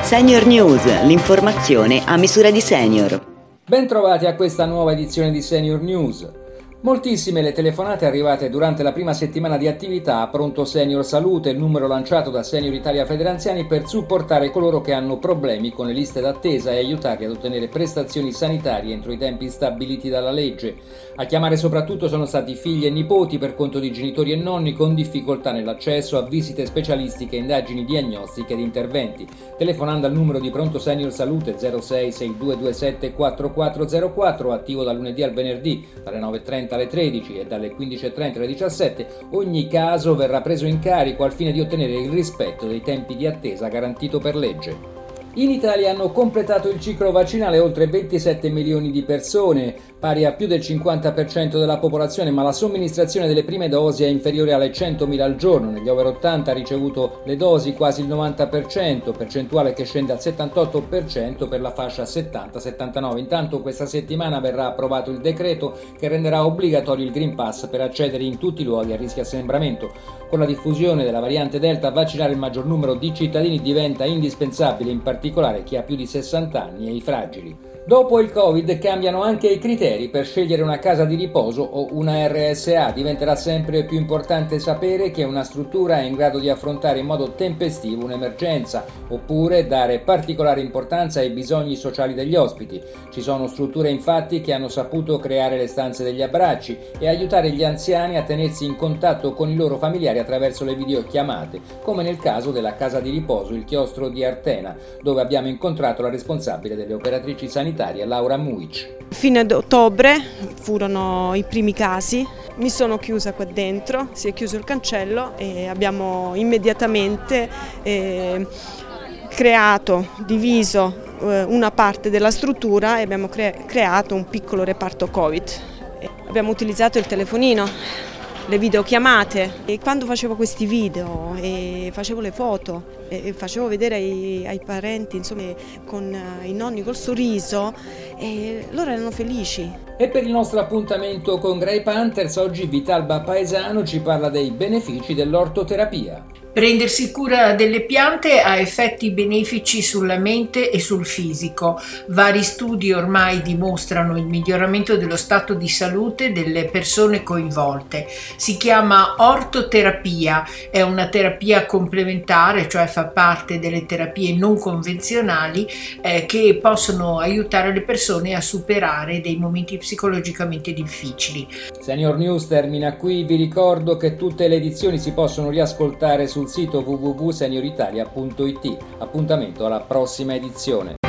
Senior News, l'informazione a misura di senior. Bentrovati a questa nuova edizione di Senior News. Moltissime le telefonate arrivate durante la prima settimana di attività a Pronto Senior Salute, il numero lanciato da Senior Italia Federanziani per supportare coloro che hanno problemi con le liste d'attesa e aiutarli ad ottenere prestazioni sanitarie entro i tempi stabiliti dalla legge. A chiamare soprattutto sono stati figli e nipoti per conto di genitori e nonni con difficoltà nell'accesso a visite specialistiche, indagini diagnostiche ed interventi. Telefonando al numero di Pronto Senior Salute 06 6227 4404, attivo dal lunedì al venerdì dalle 9:30 alle 13 e dalle 15:30 alle 17, ogni caso verrà preso in carico al fine di ottenere il rispetto dei tempi di attesa garantito per legge. In Italia hanno completato il ciclo vaccinale oltre 27 milioni di persone, pari a più del 50% della popolazione, ma la somministrazione delle prime dosi è inferiore alle 100.000 al giorno. Negli over 80 ha ricevuto le dosi quasi il 90%, percentuale che scende al 78% per la fascia 70-79. Intanto questa settimana verrà approvato il decreto che renderà obbligatorio il Green Pass per accedere in tutti i luoghi a rischio assembramento. Con la diffusione della variante Delta, vaccinare il maggior numero di cittadini diventa indispensabile, in particolare chi ha più di 60 anni e i fragili. Dopo il Covid cambiano anche i criteri per scegliere una casa di riposo o una RSA. Diventerà sempre più importante sapere che una struttura è in grado di affrontare in modo tempestivo un'emergenza, oppure dare particolare importanza ai bisogni sociali degli ospiti. Ci sono strutture infatti che hanno saputo creare le stanze degli abbracci e aiutare gli anziani a tenersi in contatto con i loro familiari attraverso le videochiamate, come nel caso della casa di riposo Il Chiostro di Artena, dove abbiamo incontrato la responsabile delle operatrici sanitarie, Laura Muic. Fine ottobre furono i primi casi, mi sono chiusa qua dentro, si è chiuso il cancello e abbiamo immediatamente diviso una parte della struttura e abbiamo creato un piccolo reparto Covid. Abbiamo utilizzato il telefonino, le videochiamate, e quando facevo questi video e facevo le foto e facevo vedere ai parenti, insomma, con i nonni col sorriso, e loro erano felici. E per il nostro appuntamento con Grey Panthers oggi Vitalba Paesano ci parla dei benefici dell'ortoterapia. Prendersi cura delle piante ha effetti benefici sulla mente e sul fisico. Vari studi ormai dimostrano il miglioramento dello stato di salute delle persone coinvolte. Si chiama ortoterapia, è una terapia complementare, cioè fa parte delle terapie non convenzionali che possono aiutare le persone a superare dei momenti psicologicamente difficili. Senior News termina qui, vi ricordo che tutte le edizioni si possono riascoltare sul sito www.senioritalia.it. Appuntamento alla prossima edizione.